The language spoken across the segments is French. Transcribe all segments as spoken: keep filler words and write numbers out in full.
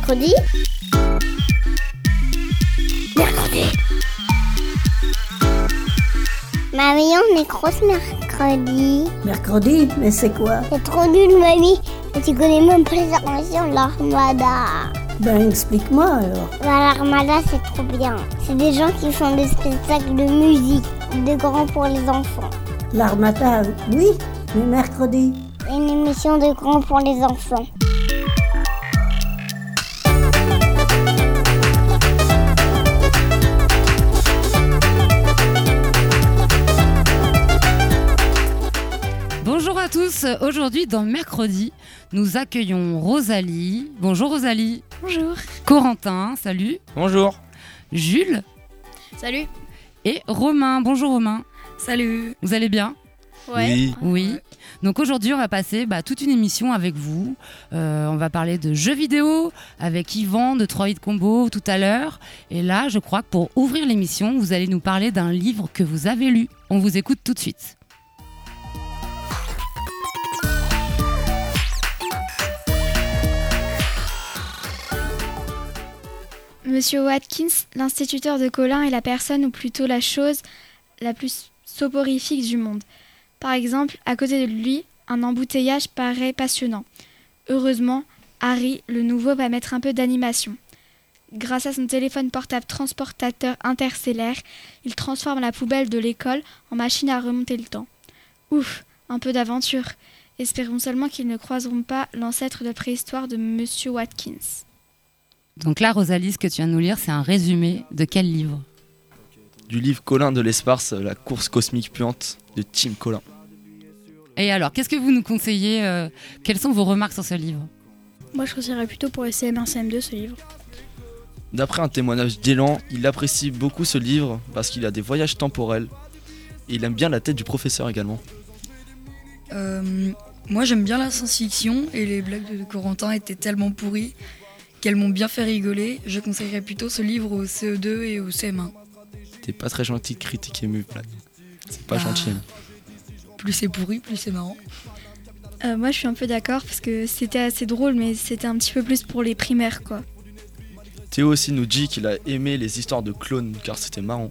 Mercredi. Mercredi. Mamie, on est grosse mercredi. Mercredi? Mais c'est quoi? C'est trop nul, mamie. Et tu connais même pas les inventions de l'Armada. Ben, explique-moi alors. Bah, L'Armada, c'est trop bien. C'est des gens qui font des spectacles de musique, de grands pour les enfants. L'Armada, oui, mais mercredi. Une émission de grands pour les enfants. Bonjour à tous, aujourd'hui dans Mercredi, nous accueillons Rosalie. Bonjour Rosalie. Bonjour. Corentin, salut. Bonjour. Jules. Salut. Et Romain. Bonjour Romain. Salut. Vous allez bien? Ouais. Oui. Oui. Donc aujourd'hui, on va passer bah, toute une émission avec vous. Euh, on va parler de jeux vidéo avec Yvan de trois hit Combo tout à l'heure. Et là, je crois que pour ouvrir l'émission, vous allez nous parler d'un livre que vous avez lu. On vous écoute tout de suite. Monsieur Watkins, l'instituteur de Colin, est la personne, ou plutôt la chose, la plus soporifique du monde. Par exemple, à côté de lui, un embouteillage paraît passionnant. Heureusement, Harry, le nouveau, va mettre un peu d'animation. Grâce à son téléphone portable transportateur interstellaire, il transforme la poubelle de l'école en machine à remonter le temps. Ouf, un peu d'aventure. Espérons seulement qu'ils ne croiseront pas l'ancêtre de préhistoire de Monsieur Watkins. Donc là, Rosalie, ce que tu viens de nous lire, c'est un résumé de quel livre? Du livre Colin de l'espace, la course cosmique puante de Tim Collin. Et alors, qu'est-ce que vous nous conseillez euh, Quelles sont vos remarques sur ce livre? Moi, je conseillerais plutôt pour les C M un C M deux ce livre. D'après un témoignage d'Élan, il apprécie beaucoup ce livre parce qu'il a des voyages temporels et il aime bien la tête du professeur également. Euh, moi, j'aime bien la science-fiction et les blagues de Corentin étaient tellement pourries qu'elles m'ont bien fait rigoler. Je conseillerais plutôt ce livre au C E deux et au C M un. T'es pas très gentil de critiquer mes blagues. C'est pas Ah. gentil. Hein. Plus c'est pourri, plus c'est marrant. Euh, moi, je suis un peu d'accord parce que c'était assez drôle, mais c'était un petit peu plus pour les primaires, quoi. Théo aussi nous dit qu'il a aimé les histoires de clones car c'était marrant.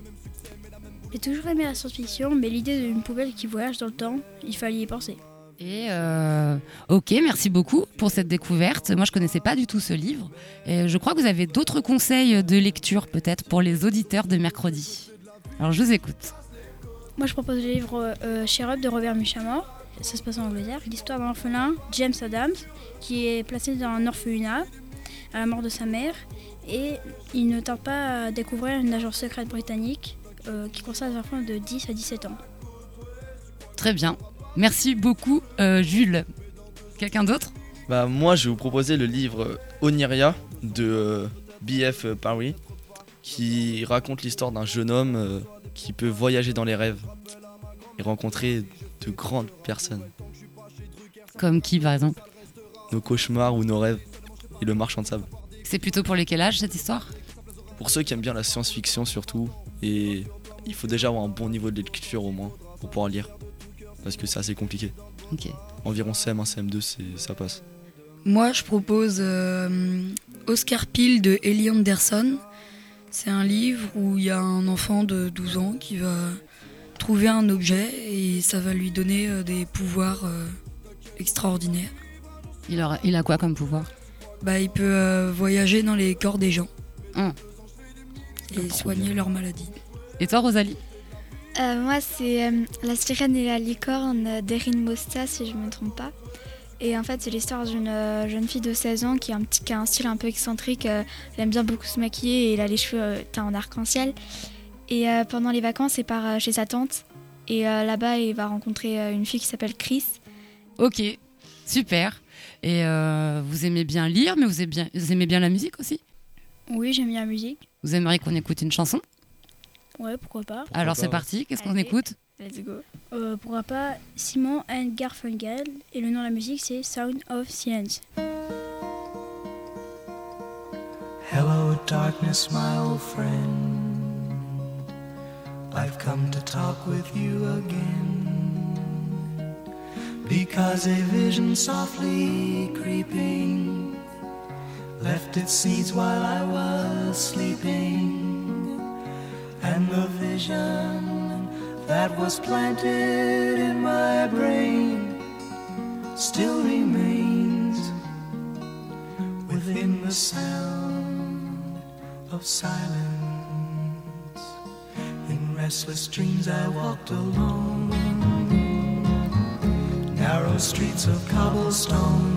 J'ai toujours aimé la science-fiction, mais l'idée d'une poubelle qui voyage dans le temps, il fallait y penser. Et euh, ok, merci beaucoup pour cette découverte. Moi, je connaissais pas du tout ce livre. Et je crois que vous avez d'autres conseils de lecture, peut-être, pour les auditeurs de Mercredi. Alors, je vous écoute. Moi, je propose le livre euh, Cherub de Robert Muchamore. Ça se passe en Angleterre. L'histoire d'un orphelin, James Adams, qui est placé dans un orphelinat à la mort de sa mère. Et il ne tarde pas à découvrir une agence secrète britannique euh, qui concerne les enfants de dix à dix-sept ans. Très bien. Merci beaucoup, euh, Jules. Quelqu'un d'autre? Bah moi je vais vous proposer le livre Oniria de euh, B F Paris qui raconte l'histoire d'un jeune homme euh, qui peut voyager dans les rêves et rencontrer de grandes personnes. Comme qui, par exemple? Nos cauchemars ou nos rêves et le marchand de sable. C'est plutôt pour les quel âge, cette histoire? Pour ceux qui aiment bien la science-fiction surtout, et il faut déjà avoir un bon niveau de lecture au moins pour pouvoir lire. Parce que c'est assez compliqué. Ok. Environ C M un, C M deux, c'est, ça passe. Moi, je propose euh, Oscar Peel de Ellie Anderson. C'est un livre où il y a un enfant de douze ans qui va trouver un objet et ça va lui donner euh, des pouvoirs euh, extraordinaires. Il a, il a quoi comme pouvoir? Bah, il peut euh, voyager dans les corps des gens Hum. et soigner leurs maladies. Et toi, Rosalie? Euh, moi, c'est euh, La sirène et la licorne d'Erin Mosta, si je ne me trompe pas. Et en fait, c'est l'histoire d'une euh, jeune fille de seize ans qui a un, petit, qui a un style un peu excentrique. Euh, elle aime bien beaucoup se maquiller et elle a les cheveux euh, teints en arc-en-ciel. Et euh, pendant les vacances, elle part euh, chez sa tante. Et euh, là-bas, elle va rencontrer euh, une fille qui s'appelle Chris. Ok, super. Et euh, vous aimez bien lire, mais vous aimez bien, vous aimez bien la musique aussi? Oui, j'aime bien la musique. Vous aimeriez qu'on écoute une chanson? Ouais, pourquoi pas. Alors pas, c'est ouais. parti, qu'est-ce qu'on Allez. écoute? Let's go. Euh, pourquoi pas Simon and Garfunkel. Et le nom de la musique, c'est Sound of Silence. Hello, darkness, my old friend. I've come to talk with you again. Because a vision softly creeping left its seeds while I was sleeping, and the vision that was planted in my brain still remains within the sound of silence. In restless dreams I walked alone, narrow streets of cobblestone,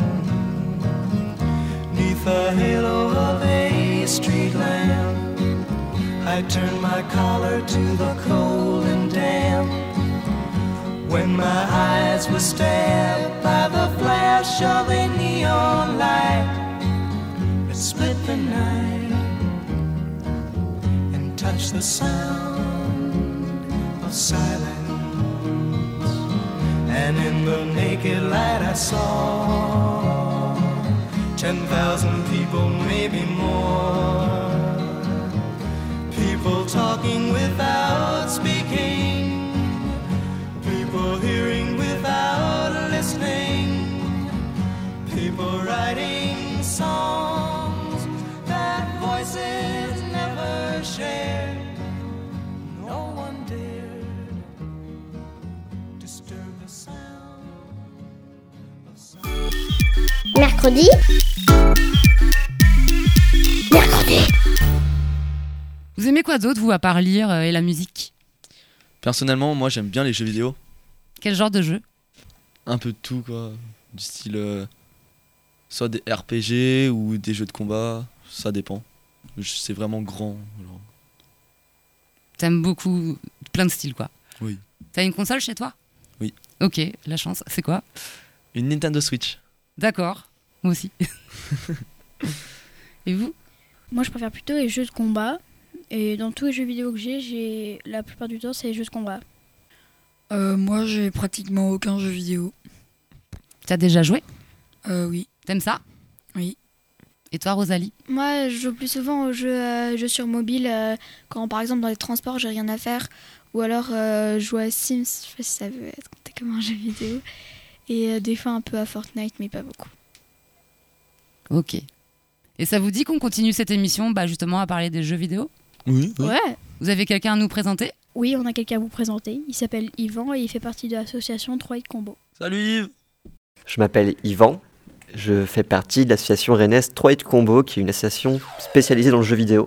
neath the halo of a street lamp. I turned my collar to the cold and damp, when my eyes were stabbed by the flash of a neon light that split the night and touched the sound of silence. And in the naked light I saw ten thousand people, maybe more, people talking without speaking, people hearing without listening, people writing songs that voices never shared. No one dared disturb the sound of silence. Mercredi. Mercredi. Vous aimez quoi d'autre, vous, à part lire euh, et la musique? Personnellement, moi j'aime bien les jeux vidéo. Quel genre de jeu? Un peu de tout, quoi. Du style. Euh, soit des R P G ou des jeux de combat, ça dépend. C'est vraiment grand. Genre. T'aimes beaucoup plein de styles, quoi. Oui. T'as une console chez toi? Oui. Ok, la chance. C'est quoi? Une Nintendo Switch. D'accord, moi aussi. Et vous? Moi, je préfère plutôt les jeux de combat. Et dans tous les jeux vidéo que j'ai, j'ai la plupart du temps, c'est les jeux de combat. Euh, moi, j'ai pratiquement aucun jeu vidéo. T'as déjà joué? Euh, oui. T'aimes ça? Oui. Et toi, Rosalie? Moi, je joue plus souvent aux jeux, euh, jeux sur mobile, euh, quand par exemple dans les transports, j'ai rien à faire. Ou alors, euh, je joue à Sims, je sais pas si ça veut être compté comme un jeu vidéo. Et euh, des fois un peu à Fortnite, mais pas beaucoup. Ok. Et ça vous dit qu'on continue cette émission bah, justement à parler des jeux vidéo? Oui. oui. Ouais. Vous avez quelqu'un à nous présenter? Oui, on a quelqu'un à vous présenter. Il s'appelle Yvan et il fait partie de l'association trois Hit Combo. Salut Yves. Je m'appelle Yvan, je fais partie de l'association rennaise trois Hit Combo, qui est une association spécialisée dans le jeu vidéo.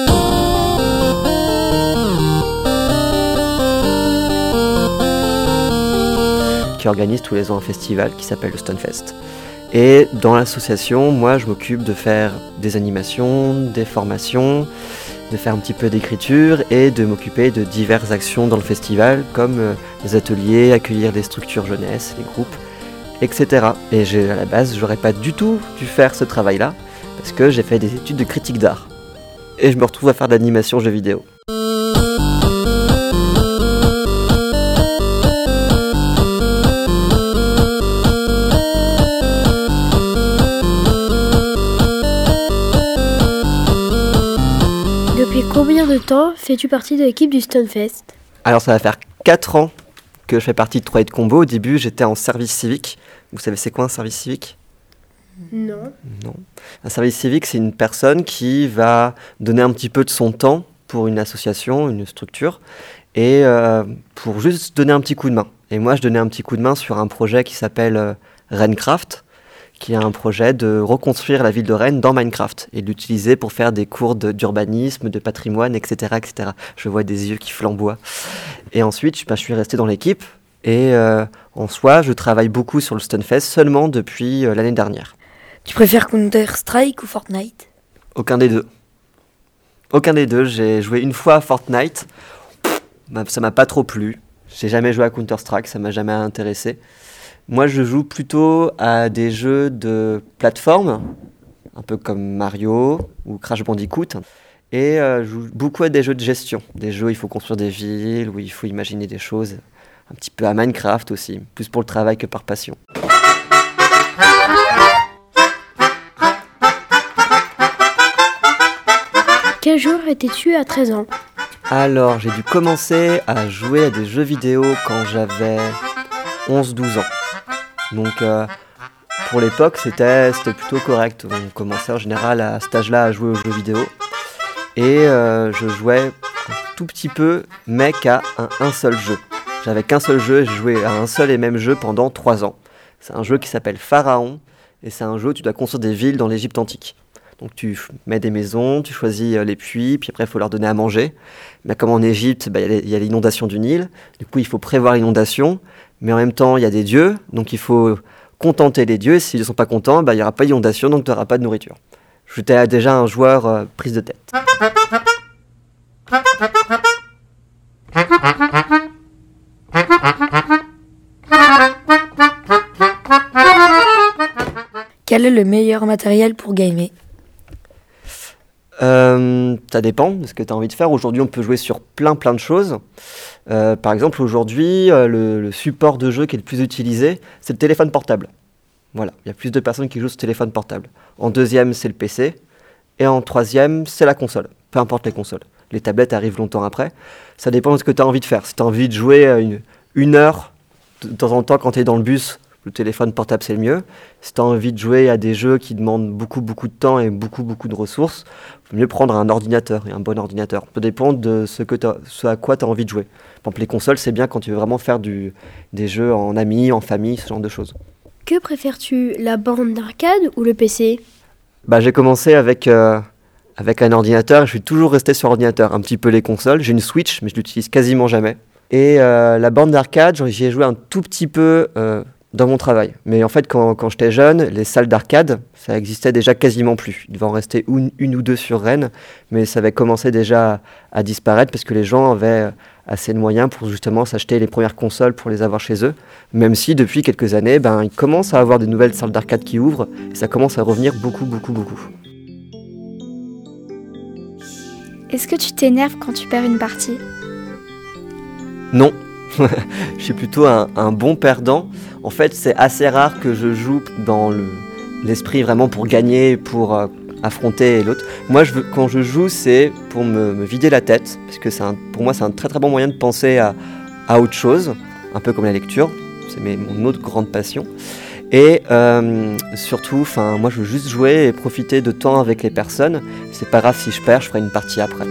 Qui organise tous les ans un festival qui s'appelle le Stunfest. Et dans l'association, moi je m'occupe de faire des animations, des formations, de faire un petit peu d'écriture et de m'occuper de diverses actions dans le festival, comme euh, des ateliers, accueillir des structures jeunesse, des groupes, et cetera. Et j'ai, à la base, j'aurais pas du tout dû faire ce travail-là, parce que j'ai fait des études de critique d'art. Et je me retrouve à faire de l'animation jeux vidéo. Depuis combien de temps fais-tu partie de l'équipe du Stunfest? Alors ça va faire quatre ans que je fais partie de trois Hit Combo. Au début, j'étais en service civique. Vous savez c'est quoi un service civique? Non. Non. Un service civique, c'est une personne qui va donner un petit peu de son temps pour une association, une structure, et euh, pour juste donner un petit coup de main. Et moi, je donnais un petit coup de main sur un projet qui s'appelle euh, Rennescraft, qui est un projet de reconstruire la ville de Rennes dans Minecraft et de l'utiliser pour faire des cours de, d'urbanisme, de patrimoine, et cetera, et cetera. Je vois des yeux qui flamboient. Et ensuite, je, ben, je suis resté dans l'équipe et euh, en soi, je travaille beaucoup sur le Stunfest seulement depuis euh, l'année dernière. Tu préfères Counter-Strike ou Fortnite? Aucun des deux. Aucun des deux. J'ai joué une fois à Fortnite. Pff, ça m'a pas trop plu. J'ai jamais joué à Counter-Strike, ça m'a jamais intéressé. Moi, je joue plutôt à des jeux de plateforme, un peu comme Mario ou Crash Bandicoot. Et euh, je joue beaucoup à des jeux de gestion. Des jeux où il faut construire des villes, où il faut imaginer des choses. Un petit peu à Minecraft aussi, plus pour le travail que par passion. Quel joueur étais-tu à treize ans? Alors, j'ai dû commencer à jouer à des jeux vidéo quand j'avais onze douze ans. Donc, euh, pour l'époque, c'était, c'était plutôt correct. On commençait en général à cet âge-là à jouer aux jeux vidéo. Et euh, je jouais un tout petit peu, mais qu'à un, un seul jeu. J'avais qu'un seul jeu, j'ai joué à un seul et même jeu pendant trois ans. C'est un jeu qui s'appelle Pharaon, et c'est un jeu où tu dois construire des villes dans l'Égypte antique. Donc tu mets des maisons, tu choisis les puits, puis après il faut leur donner à manger. Mais comme en Égypte, bah, y, y a l'inondation du Nil, du coup il faut prévoir l'inondation, mais en même temps il y a des dieux, donc il faut contenter les dieux, et s'ils ne sont pas contents, bah, il n'y aura pas d'inondation, donc tu n'auras pas de nourriture. J'étais déjà un joueur euh, prise de tête. Quel est le meilleur matériel pour gamer ? Euh, ça dépend de ce que tu as envie de faire. Aujourd'hui, on peut jouer sur plein plein de choses. Euh, par exemple, aujourd'hui, euh, le, le support de jeu qui est le plus utilisé, c'est le téléphone portable. Voilà, il y a plus de personnes qui jouent sur téléphone portable. En deuxième, c'est le P C. Et en troisième, c'est la console. Peu importe les consoles. Les tablettes arrivent longtemps après. Ça dépend de ce que tu as envie de faire. Si tu as envie de jouer une, une heure de, de temps en temps quand tu es dans le bus, le téléphone portable, c'est le mieux. Si tu as envie de jouer à des jeux qui demandent beaucoup, beaucoup de temps et beaucoup, beaucoup de ressources, il vaut mieux prendre un ordinateur et un bon ordinateur. Ça peut dépendre de ce, que ce à quoi tu as envie de jouer. Par exemple, les consoles, c'est bien quand tu veux vraiment faire du, des jeux en amis, en famille, ce genre de choses. Que préfères-tu, la borne d'arcade ou le P C ? Bah, j'ai commencé avec, euh, avec un ordinateur. Je suis toujours resté sur ordinateur. Un petit peu les consoles. J'ai une Switch, mais je l'utilise quasiment jamais. Et euh, la borne d'arcade, j'y ai joué un tout petit peu... Euh, dans mon travail. Mais en fait, quand, quand j'étais jeune, les salles d'arcade, ça existait déjà quasiment plus. Il devait en rester une, une ou deux sur Rennes, mais ça avait commencé déjà à, à disparaître parce que les gens avaient assez de moyens pour justement s'acheter les premières consoles pour les avoir chez eux. Même si depuis quelques années, ben, ils commencent à avoir des nouvelles salles d'arcade qui ouvrent et ça commence à revenir beaucoup, beaucoup, beaucoup. Est-ce que tu t'énerves quand tu perds une partie ? Non. Je suis plutôt un, un bon perdant. En fait, c'est assez rare que je joue dans le, l'esprit vraiment pour gagner, pour euh, affronter l'autre. Moi, je veux, quand je joue, c'est pour me, me vider la tête, parce que c'est un, pour moi, c'est un très très bon moyen de penser à, à autre chose, un peu comme la lecture. C'est mes, mon autre grande passion. Et euh, surtout, moi, je veux juste jouer et profiter de temps avec les personnes. C'est pas grave si je perds, je ferai une partie après.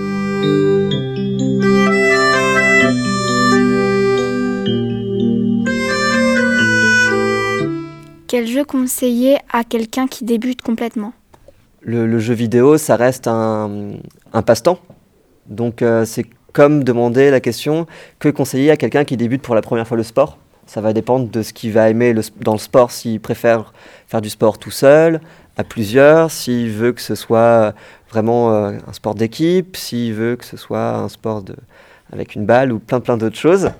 Quel jeu conseiller à quelqu'un qui débute complètement ? Le, le jeu vidéo, ça reste un, un passe-temps. Donc euh, c'est comme demander la question, que conseiller à quelqu'un qui débute pour la première fois le sport ? Ça va dépendre de ce qu'il va aimer le, dans le sport, s'il préfère faire du sport tout seul, à plusieurs, s'il veut que ce soit vraiment euh, un sport d'équipe, s'il veut que ce soit un sport de, avec une balle ou plein plein d'autres choses.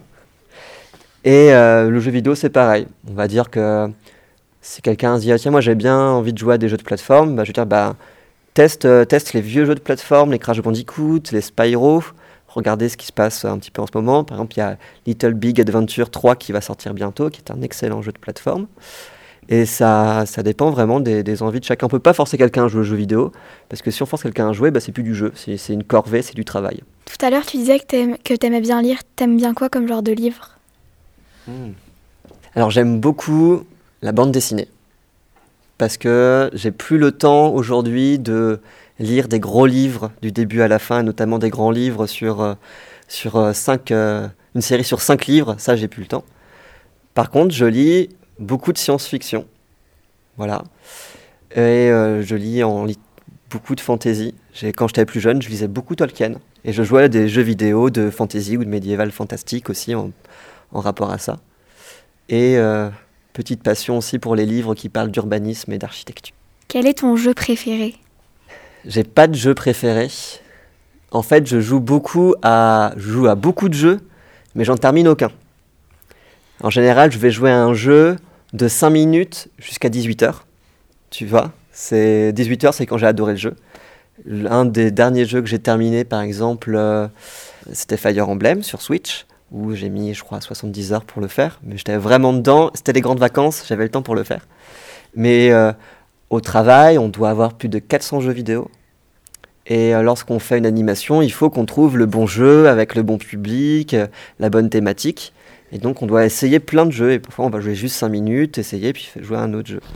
Et euh, le jeu vidéo, c'est pareil. On va dire que si quelqu'un se dit ah, « tiens, moi j'ai bien envie de jouer à des jeux de plateforme bah, », je vais dire bah, « teste, euh, teste les vieux jeux de plateforme, les Crash Bandicoot, les Spyro, regardez ce qui se passe un petit peu en ce moment. Par exemple, il y a Little Big Adventure trois qui va sortir bientôt, qui est un excellent jeu de plateforme. Et ça, ça dépend vraiment des, des envies de chacun. On ne peut pas forcer quelqu'un à jouer aux jeux vidéo, parce que si on force quelqu'un à jouer, bah, c'est plus du jeu, c'est, c'est une corvée, c'est du travail. Tout à l'heure, tu disais que t'aimes, que t'aimais bien lire. T'aimes bien quoi comme genre de livre ? mmh. Alors j'aime beaucoup la bande dessinée, parce que j'ai plus le temps aujourd'hui de lire des gros livres du début à la fin, notamment des grands livres sur, euh, sur euh, cinq, euh, une série sur cinq livres, ça j'ai plus le temps. Par contre, je lis beaucoup de science-fiction, voilà, et euh, je lis en lit beaucoup de fantasy. J'ai, quand j'étais plus jeune, je lisais beaucoup Tolkien, et je jouais à des jeux vidéo de fantasy ou de médiéval fantastique aussi en, en rapport à ça. Et euh, petite passion aussi pour les livres qui parlent d'urbanisme et d'architecture. Quel est ton jeu préféré ? J'ai pas de jeu préféré. En fait, je joue beaucoup à, je joue à beaucoup de jeux, mais j'en termine aucun. En général, je vais jouer à un jeu de cinq minutes jusqu'à dix-huit heures. Tu vois, c'est dix-huit heures, c'est quand j'ai adoré le jeu. Un des derniers jeux que j'ai terminé, par exemple, euh, c'était Fire Emblem sur Switch, où j'ai mis, je crois, soixante-dix heures pour le faire. Mais j'étais vraiment dedans. C'était les grandes vacances, j'avais le temps pour le faire. Mais euh, au travail, on doit avoir plus de quatre cents jeux vidéo. Et euh, lorsqu'on fait une animation, il faut qu'on trouve le bon jeu, avec le bon public, euh, la bonne thématique. Et donc on doit essayer plein de jeux, et parfois on va jouer juste cinq minutes, essayer, puis jouer à un autre jeu.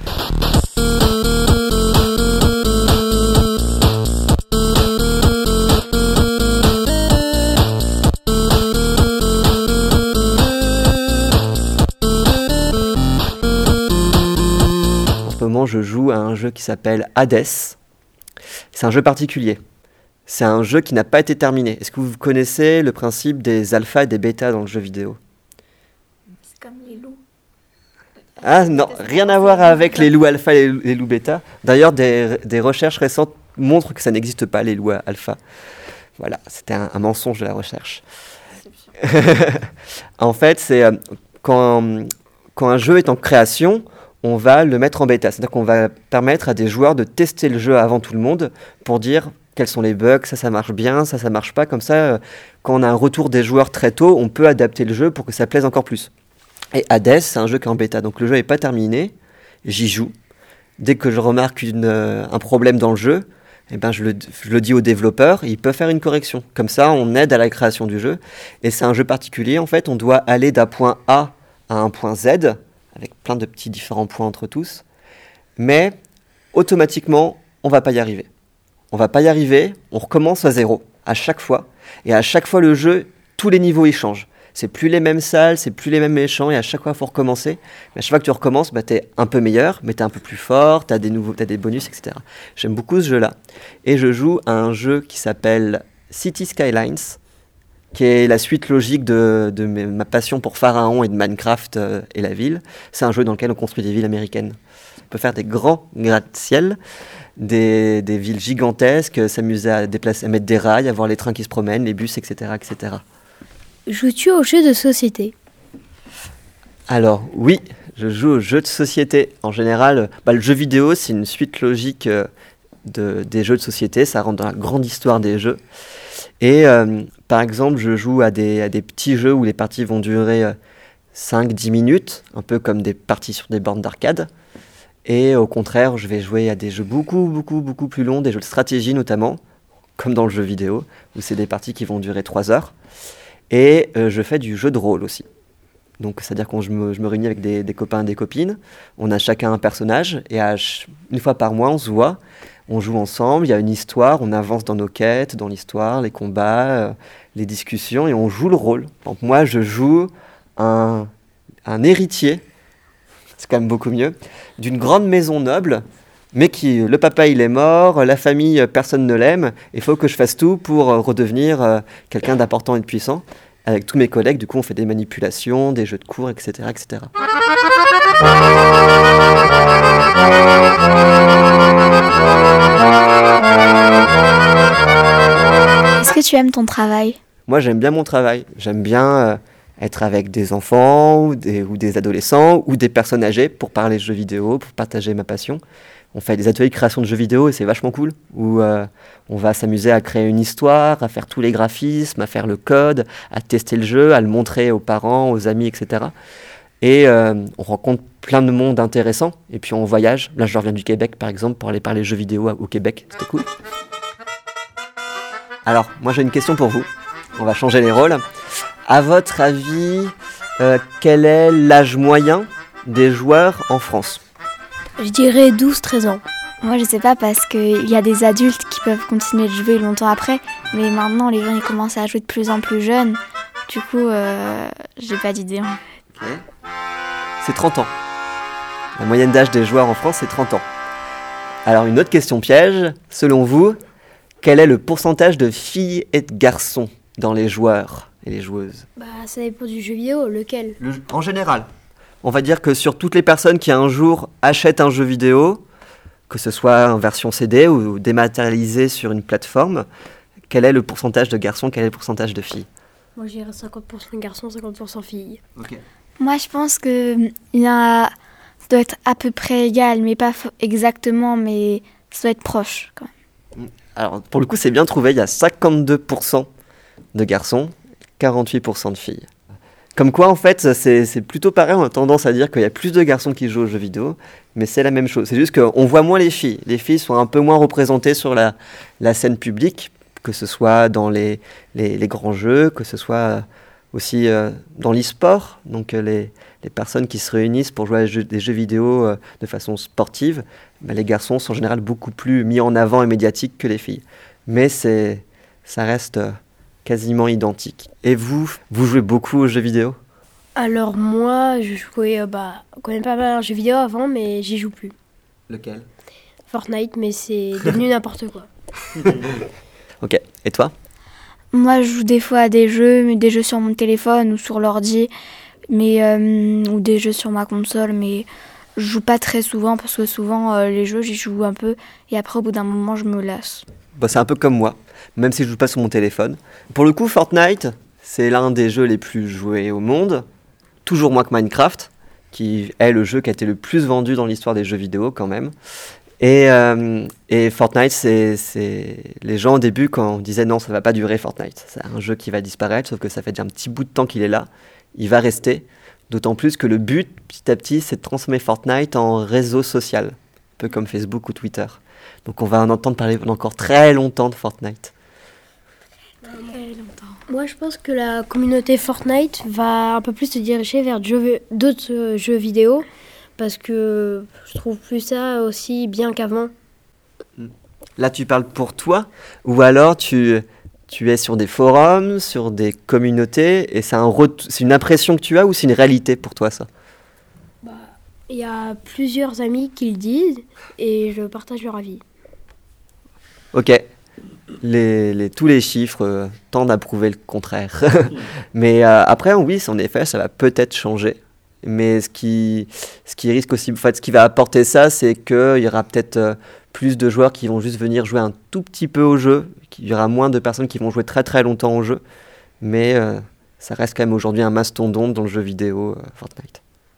En ce moment je joue à un jeu qui s'appelle Hades. C'est un jeu particulier. C'est un jeu qui n'a pas été terminé. Est-ce que vous connaissez le principe des alphas et des bêtas dans le jeu vidéo ? C'est comme les loups. Ah non, rien à voir avec les loups alpha et les loups bêta. D'ailleurs, des, des recherches récentes montrent que ça n'existe pas, les loups alpha. Voilà, c'était un, un mensonge de la recherche. En fait, c'est euh, quand, quand un jeu est en création, on va le mettre en bêta. C'est-à-dire qu'on va permettre à des joueurs de tester le jeu avant tout le monde pour dire quels sont les bugs, ça, ça marche bien, ça, ça marche pas. Comme ça, euh, quand on a un retour des joueurs très tôt, on peut adapter le jeu pour que ça plaise encore plus. Et Hades, c'est un jeu qui est en bêta, donc le jeu n'est pas terminé, j'y joue. Dès que je remarque une, euh, un problème dans le jeu, eh ben je, le, je le dis aux développeurs, ils peuvent faire une correction. Comme ça, on aide à la création du jeu. Et c'est un jeu particulier, en fait, on doit aller d'un point A à un point Z, avec plein de petits différents points entre tous. Mais, automatiquement, on ne va pas y arriver. On ne va pas y arriver, on recommence à zéro, à chaque fois. Et à chaque fois, le jeu, tous les niveaux, ils changent. C'est plus les mêmes salles, c'est plus les mêmes méchants, et à chaque fois, il faut recommencer. Mais à chaque fois que tu recommences, bah, tu es un peu meilleur, mais tu es un peu plus fort, tu as des nouveaux, t'as des bonus, et cetera. J'aime beaucoup ce jeu-là. Et je joue à un jeu qui s'appelle City Skylines, qui est la suite logique de, de mes, ma passion pour Pharaon et de Minecraft euh, et la ville. C'est un jeu dans lequel on construit des villes américaines. On peut faire des grands gratte-ciel, des, des villes gigantesques, s'amuser à, déplacer, à mettre des rails, à voir les trains qui se promènent, les bus, et cetera, et cetera. Joues-tu aux jeux de société ? Alors oui, je joue aux jeux de société. En général, bah, le jeu vidéo, c'est une suite logique euh, de, des jeux de société. Ça rentre dans la grande histoire des jeux. Et euh, par exemple, je joue à des, à des petits jeux où les parties vont durer euh, cinq à dix minutes, un peu comme des parties sur des bornes d'arcade. Et au contraire, je vais jouer à des jeux beaucoup, beaucoup, beaucoup plus longs, des jeux de stratégie notamment, comme dans le jeu vidéo, où c'est des parties qui vont durer trois heures. Et euh, je fais du jeu de rôle aussi. Donc, c'est-à-dire que je me, je me réunis avec des, des copains et des copines. On a chacun un personnage. Et à, une fois par mois, on se voit. On joue ensemble. Il y a une histoire. On avance dans nos quêtes, dans l'histoire, les combats, euh, les discussions. Et on joue le rôle. Donc, moi, je joue un, un héritier. C'est quand même beaucoup mieux. D'une grande maison noble. Mais qui, le papa, il est mort. La famille, personne ne l'aime. Il faut que je fasse tout pour redevenir euh, quelqu'un d'important et de puissant. Avec tous mes collègues, du coup, on fait des manipulations, des jeux de cours, et cetera, et cetera. Est-ce que tu aimes ton travail ? Moi, j'aime bien mon travail. J'aime bien euh, être avec des enfants ou des, ou des adolescents ou des personnes âgées pour parler de jeux vidéo, pour partager ma passion. On fait des ateliers de création de jeux vidéo et c'est vachement cool, où euh, on va s'amuser à créer une histoire, à faire tous les graphismes, à faire le code, à tester le jeu, à le montrer aux parents, aux amis, et cetera. Et euh, on rencontre plein de monde intéressant, et puis on voyage. Là, je reviens du Québec, par exemple, pour aller parler jeux vidéo au Québec. C'était cool. Alors, moi, j'ai une question pour vous. On va changer les rôles. À votre avis, euh, quel est l'âge moyen des joueurs en France ? Je dirais douze à treize ans. Moi, je sais pas parce qu'il y a des adultes qui peuvent continuer de jouer longtemps après, mais maintenant, les gens ils commencent à jouer de plus en plus jeunes. Du coup, euh, j'ai pas d'idée. Okay. C'est trente ans. La moyenne d'âge des joueurs en France, c'est trente ans. Alors, une autre question piège. Selon vous, quel est le pourcentage de filles et de garçons dans les joueurs et les joueuses ? Bah, ça dépend du jeu vidéo. Lequel ? Le, En général. On va dire que sur toutes les personnes qui un jour achètent un jeu vidéo, que ce soit en version C D ou dématérialisé sur une plateforme, quel est le pourcentage de garçons, quel est le pourcentage de filles ? Moi, je dirais cinquante pour cent garçons, cinquante pour cent filles. Okay. Moi, je pense que il y a, ça doit être à peu près égal, mais pas exactement, mais ça doit être proche quand même. Alors, pour le coup, c'est bien trouvé. Il y a cinquante-deux pour cent de garçons, quarante-huit pour cent de filles. Comme quoi, en fait, c'est, c'est plutôt pareil. On a tendance à dire qu'il y a plus de garçons qui jouent aux jeux vidéo, mais c'est la même chose. C'est juste qu'on voit moins les filles. Les filles sont un peu moins représentées sur la, la scène publique, que ce soit dans les, les, les grands jeux, que ce soit aussi euh, dans l'e-sport, donc euh, les, les personnes qui se réunissent pour jouer à jeux, des jeux vidéo euh, de façon sportive, bah, les garçons sont en général beaucoup plus mis en avant et médiatiques que les filles. Mais c'est, ça reste euh, quasiment identique. Et vous, vous jouez beaucoup aux jeux vidéo ? Alors moi, je jouais, euh, bah, je connais pas mal aux jeux vidéo avant, mais j'y joue plus. Lequel ? Fortnite, mais c'est devenu n'importe quoi. Ok, et toi ? Moi, je joue des fois à des jeux, mais des jeux sur mon téléphone ou sur l'ordi, mais euh, ou des jeux sur ma console, mais je joue pas très souvent parce que souvent euh, les jeux, j'y joue un peu et après au bout d'un moment, je me lasse. Bah, c'est un peu comme moi, même si je joue pas sur mon téléphone. Pour le coup, Fortnite, c'est l'un des jeux les plus joués au monde, toujours moins que Minecraft, qui est le jeu qui a été le plus vendu dans l'histoire des jeux vidéo quand même. Et, euh, et Fortnite, c'est, c'est les gens au début, quand on disait non, ça va pas durer Fortnite, c'est un jeu qui va disparaître, sauf que ça fait déjà un petit bout de temps qu'il est là, il va rester, d'autant plus que le but, petit à petit, c'est de transformer Fortnite en réseau social, un peu comme Facebook ou Twitter. Donc on va en entendre parler pendant encore très longtemps de Fortnite. Moi, je pense que la communauté Fortnite va un peu plus se diriger vers jeux, d'autres euh, jeux vidéo, parce que je trouve plus ça aussi bien qu'avant. Là, tu parles pour toi, ou alors tu, tu es sur des forums, sur des communautés, et c'est, un ret- c'est une impression que tu as ou c'est une réalité pour toi, ça ? Bah, il y a plusieurs amis qui le disent, et je partage leur avis. Ok. Les, les, tous les chiffres euh, tendent à prouver le contraire. Mais euh, après, oui, en effet, ça va peut-être changer. Mais ce qui, ce qui risque aussi, en fait, ce qui va apporter ça, c'est qu'il y aura peut-être euh, plus de joueurs qui vont juste venir jouer un tout petit peu au jeu. Il y aura moins de personnes qui vont jouer très très longtemps au jeu. Mais euh, ça reste quand même aujourd'hui un mastodonte dans le jeu vidéo euh, Fortnite.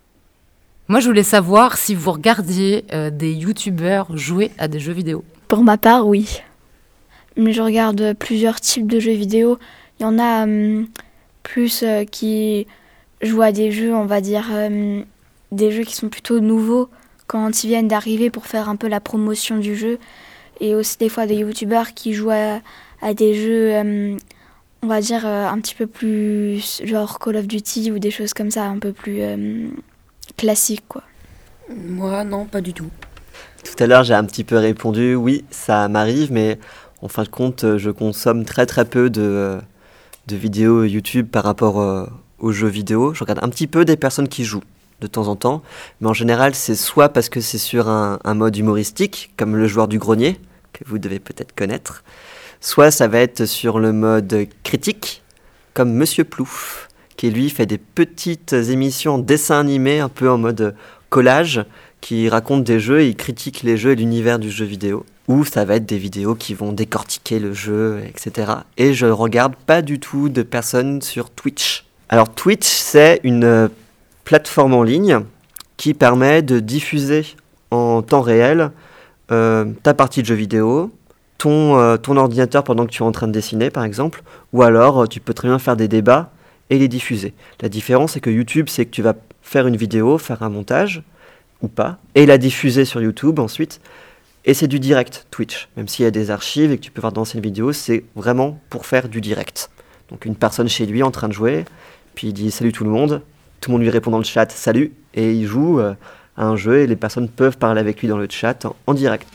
Moi, je voulais savoir si vous regardiez euh, des youtubeurs jouer à des jeux vidéo. Pour ma part, oui. Mais je regarde plusieurs types de jeux vidéo. Il y en a hum, plus euh, qui jouent à des jeux, on va dire, hum, des jeux qui sont plutôt nouveaux quand ils viennent d'arriver pour faire un peu la promotion du jeu. Et aussi des fois des youtubeurs qui jouent à, à des jeux, hum, on va dire, euh, un petit peu plus genre Call of Duty ou des choses comme ça, un peu plus hum, classiques, quoi. Moi, non, pas du tout. Tout à l'heure, j'ai un petit peu répondu, oui, ça m'arrive, mais en fin de compte, je consomme très très peu de, de vidéos YouTube par rapport euh, aux jeux vidéo. Je regarde un petit peu des personnes qui jouent de temps en temps, mais en général, c'est soit parce que c'est sur un, un mode humoristique, comme le joueur du grenier, que vous devez peut-être connaître, soit ça va être sur le mode critique, comme Monsieur Plouf, qui lui fait des petites émissions en dessin animé, un peu en mode collage, qui raconte des jeux et il critique les jeux et l'univers du jeu vidéo. Ou ça va être des vidéos qui vont décortiquer le jeu, et cetera. Et je regarde pas du tout de personnes sur Twitch. Alors Twitch, c'est une plateforme en ligne qui permet de diffuser en temps réel euh, ta partie de jeu vidéo, ton, euh, ton ordinateur pendant que tu es en train de dessiner par exemple, ou alors euh, tu peux très bien faire des débats et les diffuser. La différence, c'est que YouTube, c'est que tu vas faire une vidéo, faire un montage, ou pas, et la diffuser sur YouTube ensuite. Et c'est du direct, Twitch. Même s'il y a des archives et que tu peux voir d'anciennes vidéos, c'est vraiment pour faire du direct. Donc une personne chez lui en train de jouer, puis il dit « Salut tout le monde », tout le monde lui répond dans le chat « Salut », et il joue euh, à un jeu et les personnes peuvent parler avec lui dans le chat en, en direct.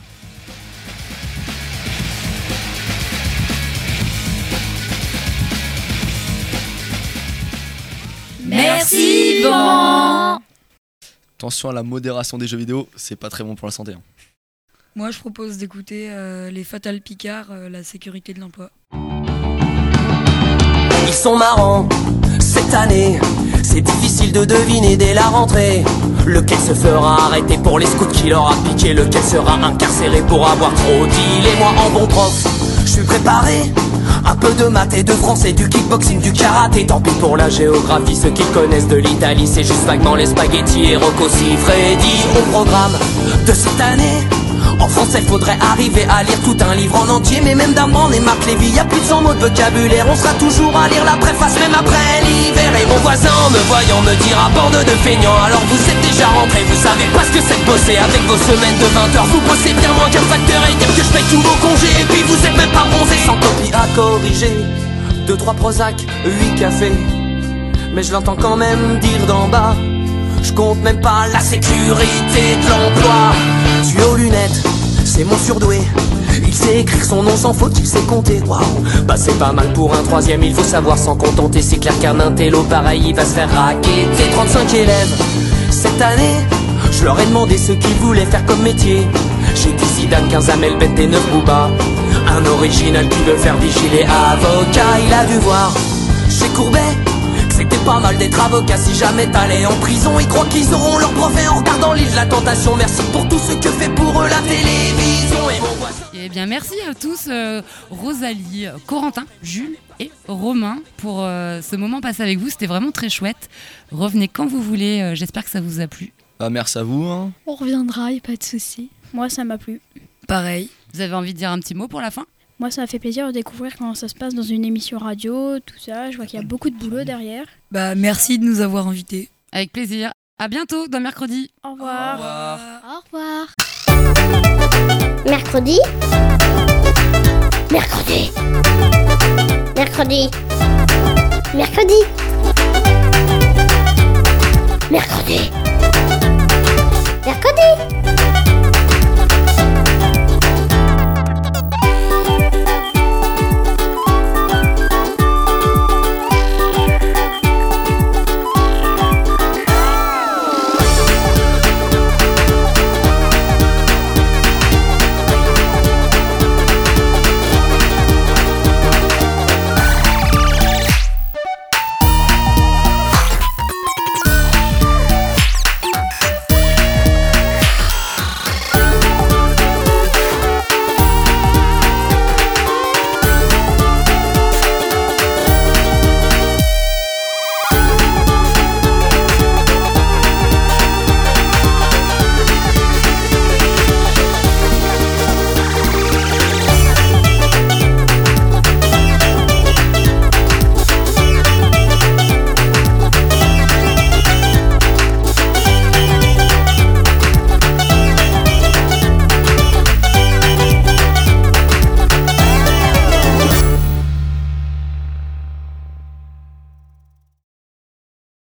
Merci Yvan. Attention à la modération des jeux vidéo, c'est pas très bon pour la santé. Hein. Moi, je propose d'écouter euh, les Fatal Picard, euh, la sécurité de l'emploi. Ils sont marrants, cette année, c'est difficile de deviner dès la rentrée lequel se fera arrêter pour les scouts qui leur a piqué, lequel sera incarcéré pour avoir trop dit. Et moi en bon prof, je suis préparé, un peu de maths et de français, du kickboxing, du karaté. Tant pis pour la géographie, ceux qui connaissent de l'Italie, c'est juste vaguement les spaghettis et Rocco Siffredi. Au programme de cette année, en français faudrait arriver à lire tout un livre en entier. Mais même d'Ambrand et Marc Lévy, y'a plus de cent mots de vocabulaire. On sera toujours à lire la préface même après l'hiver. Et mon voisin en me voyant me dira bande de feignants. Alors vous êtes déjà rentrés, vous savez pas ce que c'est de bosser. Avec vos semaines de vingt heures, vous bossez bien moins qu'un facteur. Et dire que je paye tous vos congés. Et puis vous êtes même pas bronzés, sans copie à corriger. Deux, trois Prozac, huit cafés. mais je l'entends quand même dire d'en bas. Je compte même pas la sécurité de l'emploi. Tu es aux lunettes, c'est mon surdoué. Il sait écrire son nom sans faute, il sait compter. Waouh, bah c'est pas mal pour un troisième, il faut savoir s'en contenter. C'est clair qu'un intello pareil, il va se faire raqueter. Trente-cinq élèves, cette année, je leur ai demandé ce qu'ils voulaient faire comme métier. J'ai dit Zidane, quinze Amel, Bête et neuf Booba. Un original qui veut faire vigiler avocat. Il a dû voir chez Courbet que c'était pas mal d'être avocat. Si jamais t'allais en prison, ils croient qu'ils auront leur brevet en regardant l'île de la tentation. Merci pour tout ce que fait pour eux la télévision. Et mon voisin. Eh bien, merci à tous, euh, Rosalie, Corentin, Jules et Romain, pour euh, ce moment passé avec vous. C'était vraiment très chouette. Revenez quand vous voulez. Euh, j'espère que ça vous a plu. Bah, merci à vous. Hein. On reviendra, y a pas de souci. Moi, ça m'a plu. Pareil. Vous avez envie de dire un petit mot pour la fin ? Moi, ça m'a fait plaisir de découvrir comment ça se passe dans une émission radio, tout ça. Je vois qu'il y a beaucoup de boulot derrière. Bah, merci de nous avoir invités. Avec plaisir. À bientôt, dans mercredi. Au revoir. Au revoir. Mercredi. Mercredi. Mercredi. Mercredi.